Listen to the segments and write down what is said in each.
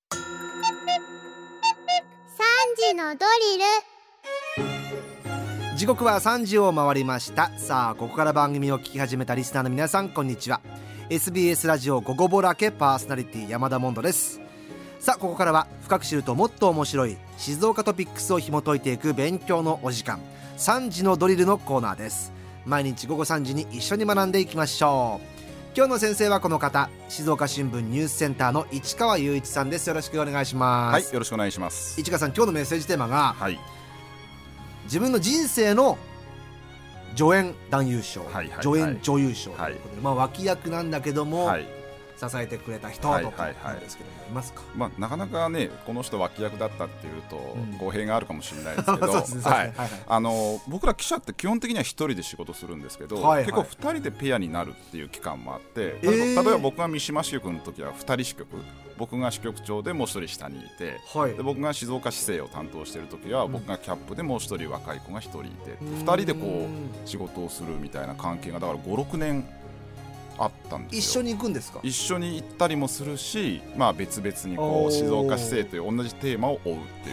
3時のドリル。 時刻は3時を回りました。さあ、ここから番組を聞き始めたリスナーの皆さん、こんにちは。 SBS ラジオ午後ぼらけパーソナリティ山田モンドです。さあ、ここからは深く知るともっと面白い静岡トピックスを紐解いていく勉強のお時間、3時のドリルのコーナーです。毎日午後3時に一緒に学んでいきましょう。今日の先生はこの方、静岡新聞ニュースセンターの市川雄一さんです。よろしくお願いします。 はい、よろしくお願いします。 市川さん、今日のメッセージテーマが、 はい、 自分の人生の助演男優賞、助演女優賞ということで、脇役なんだけども、支えてくれた人とかなんですけども、いますか？ なかなかね、この人脇役だったっていうと語弊があるかもしれないですけど、僕ら記者って基本的には一人で仕事するんですけど、結構二人でペアになるっていう期間もあって、例えば僕が三島支局の時は二人支局、僕が支局長でもう一人下にいて、で僕が静岡市政を担当している時は、僕がキャップでもう一人若い子が一人いて、二人でこう仕事をするみたいな関係がだから 5,6 年あったんですよ。 一緒に行くんですか？ 一緒に行ったりもするし、別々にこう静岡市政という同じテーマを追うっていう、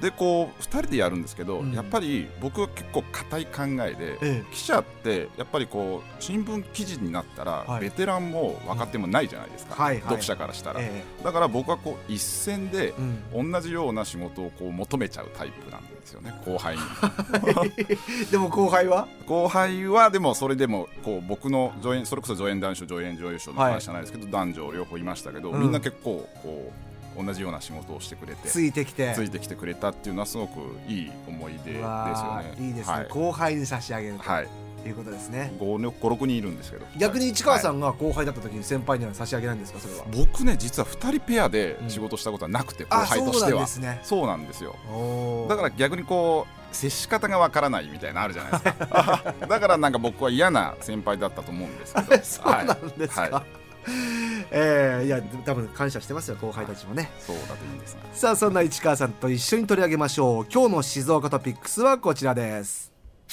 でこう2人でやるんですけど、やっぱり僕は結構固い考えで、記者ってやっぱりこう新聞記事になったら、ベテランも若手もないじゃないですか、読者からしたら、だから僕はこう一線で同じような仕事をこう求めちゃうタイプなんですよね、後輩にでも後輩はでもそれでもこう僕の助演、それこそ助演男優賞助演女優賞の話じゃないですけど、男女両方いましたけど、みんな結構こう同じような仕事をしてくれて、 ついてきてくれたっていうのはすごくいい思い出ですよね。 いいですね、後輩に差し上げるということですね。 5、6人いるんですけど、 逆に市川さんが後輩だった時に先輩には差し上げないんですか？それは。 僕ね、実は2人ペアで仕事したことはなくて、後輩としては。そうなんですよ。だから逆にこう接し方がわからないみたいなのあるじゃないですかだからなんか僕は嫌な先輩だったと思うんですけどそうなんですか？いや多分感謝してますよ、後輩たちもね。 そうだといいんですが。 さあ、そんな市川さんと一緒に取り上げましょう。今日の静岡トピックスはこちらです。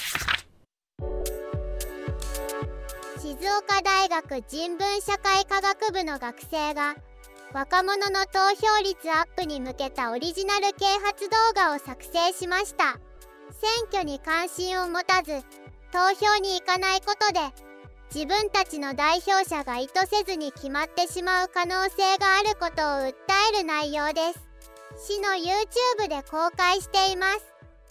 静岡大学人文社会科学部の学生が若者の投票率アップに向けたオリジナル啓発動画を作成しました。選挙に関心を持たず投票に行かないことで、自分たちの代表者が意図せずに決まってしまう可能性があることを訴える内容です。市の YouTube で公開しています。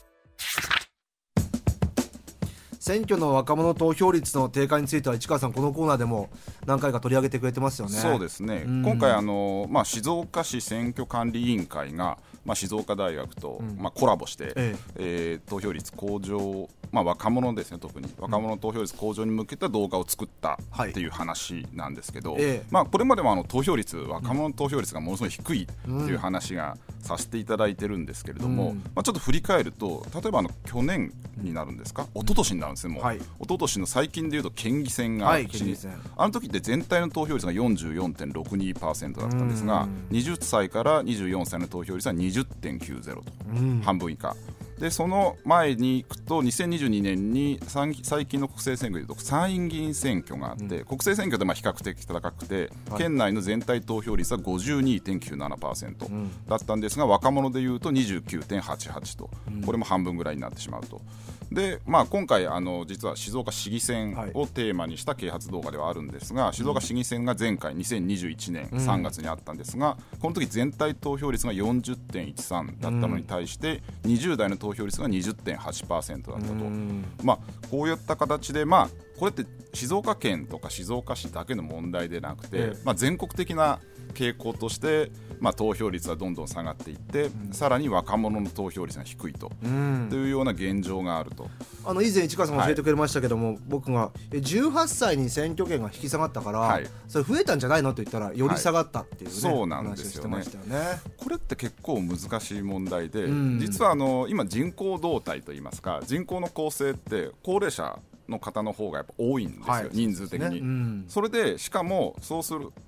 選挙の若者投票率の低下については、市川さんこのコーナーでも何回か取り上げてくれてますよね。 そうですね、今回静岡市選挙管理委員会が、静岡大学と、コラボして、投票率向上、若者ですね、特に若者投票率向上に向けた動画を作ったっていう話なんですけど、これまでも投票率、若者投票率がものすごい低いっていう話がさせていただいてるんですけれども、ちょっと振り返ると、例えば去年になるんですか、一昨年になるんですね、もう、一昨年の最近でいうと県議選が、あの時って全体の投票率が 44.62% だったんですが、20歳から24歳の投票率は 20.90 と、半分以下で、その前に行くと2022年に最近の国政選挙でいうと参院議員選挙があって、国政選挙で比較的高くて、県内の全体投票率は 52.97% だったんですが、若者でいうと 29.88 と、これも半分ぐらいになってしまうと。で、今回実は静岡市議選をテーマにした啓発動画ではあるんですが、静岡市議選が前回2021年3月にあったんですが、この時全体投票率が 40.13 だったのに対して、20代の投票率が 20.8% だったと。こういった形で、これって静岡県とか静岡市だけの問題でなくて、全国的な傾向として、投票率はどんどん下がっていって、さらに若者の投票率が低いというような現状があると。 以前市川さんも教えてくれましたけども、僕が18歳に選挙権が引き下がったから、それ増えたんじゃないのと言ったら、より下がったっていうね、 そうなんですよね。 話をしてましたよね。 これって結構難しい問題で、実は今人口動態といいますか、人口の構成って高齢者の方の方がやっぱ多いんですよ、人数的に。それでしかもそうする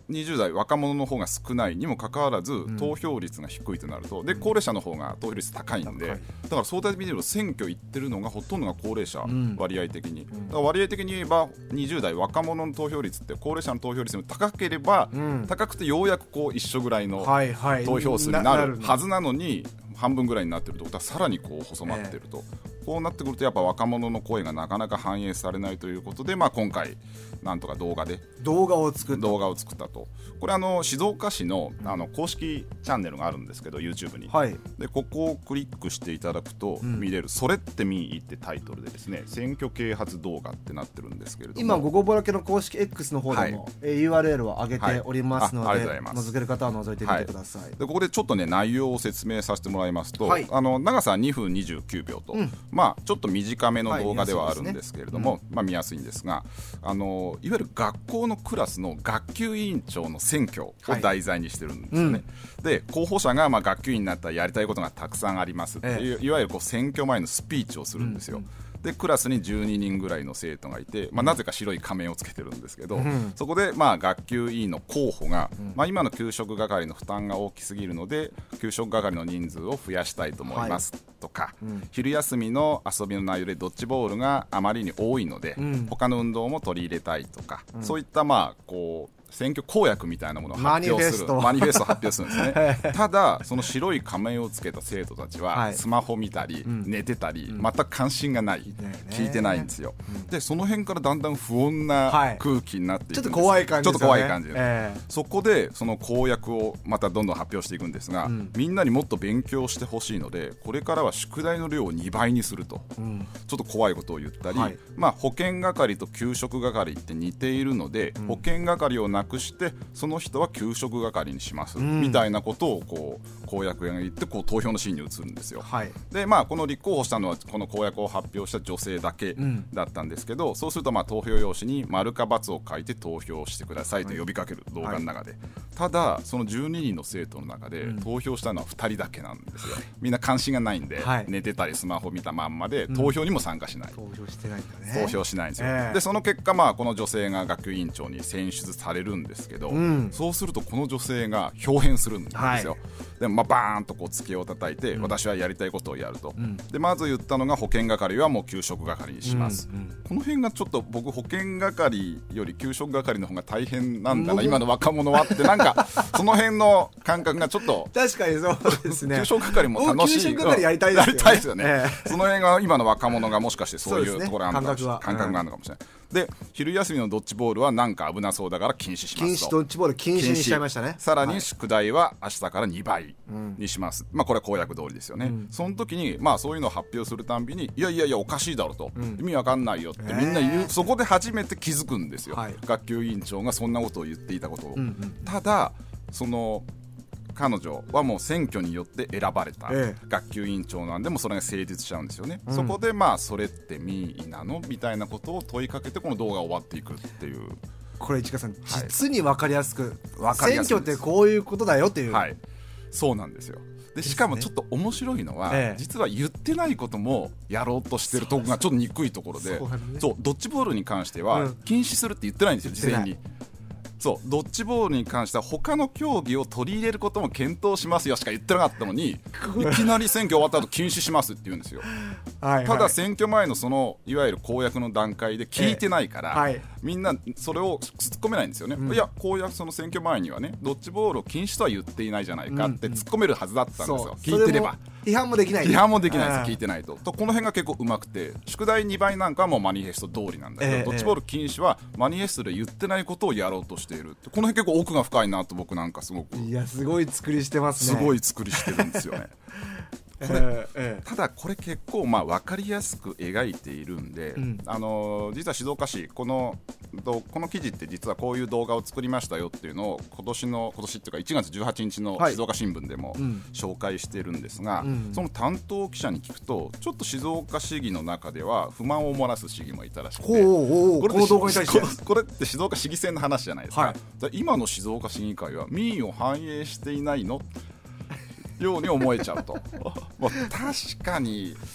20代若者の方が少ないにもかかわらず、投票率が低いとなると、で高齢者の方が投票率高いんで、だから相対的に見ると選挙行ってるのがほとんどが高齢者、割合的に、だから割合的に言えば20代若者の投票率って高齢者の投票率より高ければ、高くてようやくこう一緒ぐらいの投票数になるはずなのに、半分ぐらいになってると、さらにこう細まってると、こうなってくるとやっぱ若者の声がなかなか反映されないということで、今回なんとか動画を作ったと。これ静岡市の、公式チャンネルがあるんですけど YouTube に、でここをクリックしていただくと見れる、それってみーってタイトルでですね、選挙啓発動画ってなってるんですけれども、 今午後ぼらけの公式 X の方でも、URL を上げておりますので、覗ける方は覗いてみてください。 でここでちょっとね内容を説明させてもらいますと、長さは2分29秒と、ちょっと短めの動画ではあるんですけれども、見やすいんですが、いわゆる学校のクラスの学級委員長の選挙を題材にしてるんですよね。で候補者が学級委員になったらやりたいことがたくさんありますっていう、いわゆるこう選挙前のスピーチをするんですよ。でクラスに12人ぐらいの生徒がいて、なぜか白い仮面をつけてるんですけど、そこで学級委員の候補が、今の給食係の負担が大きすぎるので給食係の人数を増やしたいと思いますとか、昼休みの遊びの内容でドッジボールがあまりに多いので、他の運動も取り入れたいとか、そういったこう選挙公約みたいなものを発表するマニフェストを発表するんですねただその白い仮面をつけた生徒たちはスマホ見たり、寝てたり、全く関心がない、聞いてないんですよ。でその辺からだんだん不穏な空気になっていくんです、 ちょっと怖い感じですよね。 ちょっと怖い感じで、そこでその公約をまたどんどん発表していくんですが、みんなにもっと勉強してほしいのでこれからは宿題の量を2倍にすると、ちょっと怖いことを言ったり、保健係と給食係って似ているので、保健係をなくしてその人は給食係にします、みたいなことをこう公約が言ってこう投票のシーンに移るんですよ。でこの立候補したのはこの公約を発表した女性だけだったんですけど、そうすると投票用紙に丸か×を書いて投票してくださいと呼びかける動画の中で、ただその12人の生徒の中で投票したのは2人だけなんですよ。みんな関心がないんで、寝てたりスマホ見たまんまで投票にも参加しない、 投票してないんだね。 投票しないんですよ、でその結果この女性が学級委員長に選出されるんですけど、そうするとこの女性が表変するんですよ、でバーンとこう机を叩いて、私はやりたいことをやると、でまず言ったのが保健係はもう給食係にします、この辺がちょっと僕保健係より給食係の方が大変なんだな、今の若者はってなんかその辺の感覚がちょっと確かにそうですね。 給食係も楽しい、 給食係やりたいですよね。 その辺が今の若者がもしかしてそういうところあるのかもしれない、感覚があるのかもしれない。で昼休みのドッジボールはなんか危なそうだから禁止しますと、 ドッジボール禁止にしちゃいましたね。 さらに宿題は明日から2倍にします、これは公約通りですよね、その時にそういうのを発表するたんびにいやいやいやおかしいだろと、意味わかんないよってみんな言う、そこで初めて気づくんですよ、学級委員長がそんなことを言っていたことを、ただその彼女はもう選挙によって選ばれた学級委員長なんで、もそれが成立しちゃうんですよね、そこでそれって民意なのみたいなことを問いかけてこの動画が終わっていくっていう。 これ市川さん、実に分かりやすく、選挙ってこういうことだよっていう、 そうなんですよ。でしかもちょっと面白いのは、実は言ってないこともやろうとしてるところがちょっと憎いところで、そうドッジボールに関しては禁止するって言ってないんですよ、事前に。そうドッジボールに関しては他の競技を取り入れることも検討しますよしか言ってなかったのに、いきなり選挙終わった後禁止しますって言うんですよ。ただ選挙前のそのいわゆる公約の段階で聞いてないから、みんなそれを突っ込めないんですよね、いや公約その選挙前にはねドッジボールを禁止とは言っていないじゃないかって突っ込めるはずだったんですよ、聞いてれば。 批判もできない、 批判もできないです、聞いてないと。この辺が結構うまくて、宿題2倍なんかはもうマニフェスト通りなんだけど、ドッジボール禁止はマニフェストで言ってないことをやろうとしているって、この辺結構奥が深いなと僕なんかすごく、 いやすごい作りしてますね。 すごい作りしてるんですよねこれただこれ結構分かりやすく描いているんで、実は静岡市この記事って実はこういう動画を作りましたよっていうのを今年っていうか1月18日の静岡新聞でも紹介してるんですが、その担当記者に聞くとちょっと静岡市議の中では不満を漏らす市議もいたらしくて、これって静岡市議選の話じゃないですか、今の静岡市議会は民意を反映していないのように思えちゃうと確かに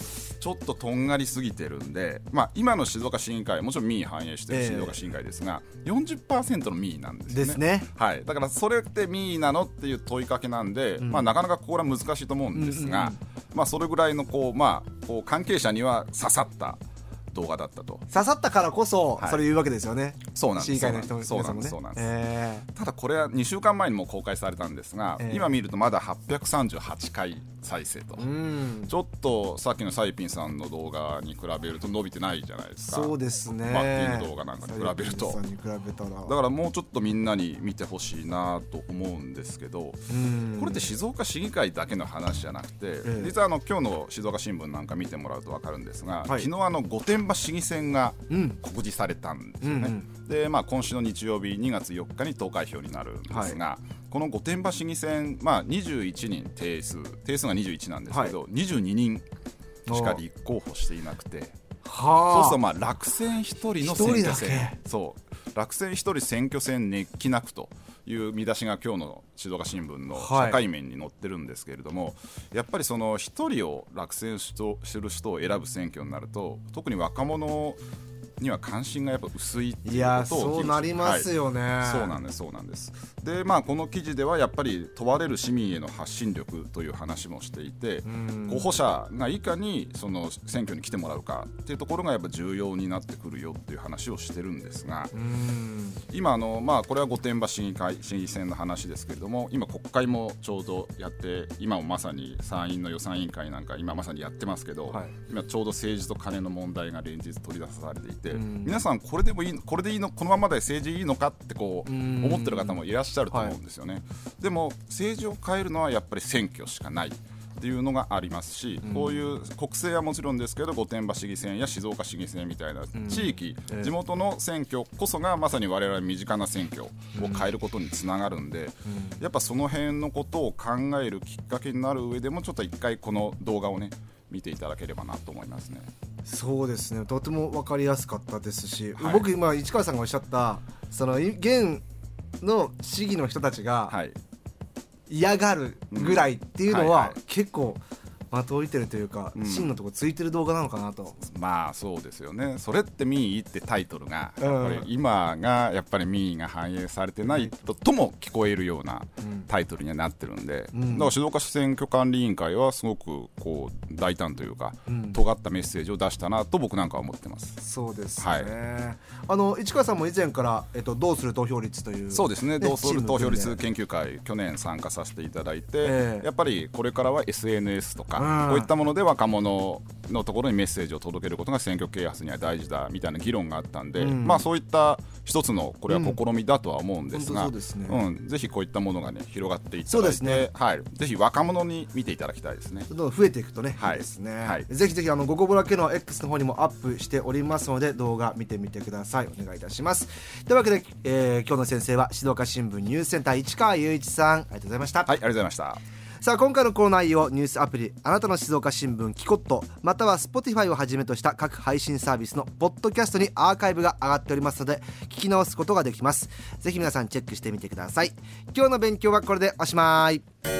ちょっととんがりすぎてるんで、今の静岡市議会もちろん民意反映している静岡市議会ですが、40% の民意なんですよね。 ですね。 はい、だからそれって民意なのっていう問いかけなんで、なかなかこれは難しいと思うんですが、それぐらいのこう関係者には刺さった動画だったと。 刺さったからこそそれ言うわけですよね。 そうなんです。 市議会の人皆さんもね。 ただこれは2週間前にも公開されたんですが、今見るとまだ838回再生と、ちょっとさっきのサイピンさんの動画に比べると伸びてないじゃないですか。 そうですね。 バッティング動画なんかに比べると、だからもうちょっとみんなに見てほしいなと思うんですけど、これって静岡市議会だけの話じゃなくて、実は今日の静岡新聞なんか見てもらうと分かるんですが、昨日御殿場市議選が告示されたんですよね。で、今週の日曜日2月4日に投開票になるんですが、この御殿場市議選、21人定数が21なんですけど、22人しか立候補していなくて、そうすると落選1人の選挙戦、落選1人選挙戦熱気なくという見出しが今日の静岡新聞の社会面に載ってるんですけれども、やっぱりその1人を落選する人を選ぶ選挙になると、特に若者には関心がやっぱ薄いっていうことを、 いやそうなりますよね。 そうなんです。でこの記事ではやっぱり問われる市民への発信力という話もしていて、候補者がいかにその選挙に来てもらうかっていうところがやっぱ重要になってくるよっていう話をしてるんですが、今これは御殿場市議選の話ですけれども、今国会もちょうどやって、今もまさに参院の予算委員会なんか今まさにやってますけど、今ちょうど政治と金の問題が連日取り出されていて、皆さんこれでいいの、このままで政治いいのかって思ってる方もいらっしゃると思うんですよね。でも政治を変えるのはやっぱり選挙しかないっていうのがありますし、こういう国政はもちろんですけど、御殿場市議選や静岡市議選みたいな地域、地元の選挙こそがまさに我々身近な選挙を変えることにつながるんで、やっぱその辺のことを考えるきっかけになる上でも、ちょっと一回この動画をね見ていただければなと思いますね。 そうですね、とても分かりやすかったですし、僕今市川さんがおっしゃったその現の市議の人たちが嫌がるぐらいっていうのは結構的を置いてるというか、真のとこついてる動画なのかなと。 そうですよね。それって民意ってタイトルがやっぱり今がやっぱり民意が反映されてないとも聞こえるようなタイトルにはなってるんで、だから静岡市選挙管理委員会はすごく大胆というか、尖ったメッセージを出したなと僕なんかは思ってます。 そうですね。市川さんも以前から、どうする投票率という、 そうですね、どうする投票率研究会去年参加させていただいて、やっぱりこれからは SNS とかこういったもので若者のところにメッセージを届けることが選挙啓発には大事だみたいな議論があったんで、そういった一つのこれは試みだとは思うんですが、ぜひこういったものがね広がっていただいて、ぜひ若者に見ていただきたいですね。 どんどん増えていくとね、いいですね。ぜひ午後ぼらけの X の方にもアップしておりますので、動画見てみてください。お願いいたします。というわけで、今日の先生は静岡新聞ニュースセンター市川雄一さん、ありがとうございました。 はい、ありがとうございました。 さあ今回のこの内容、ニュースアプリあなたの静岡新聞キコット、または Spotify をはじめとした各配信サービスのポッドキャストにアーカイブが上がっておりますので、聞き直すことができます。ぜひ皆さんチェックしてみてください。今日の勉強はこれでおしまい。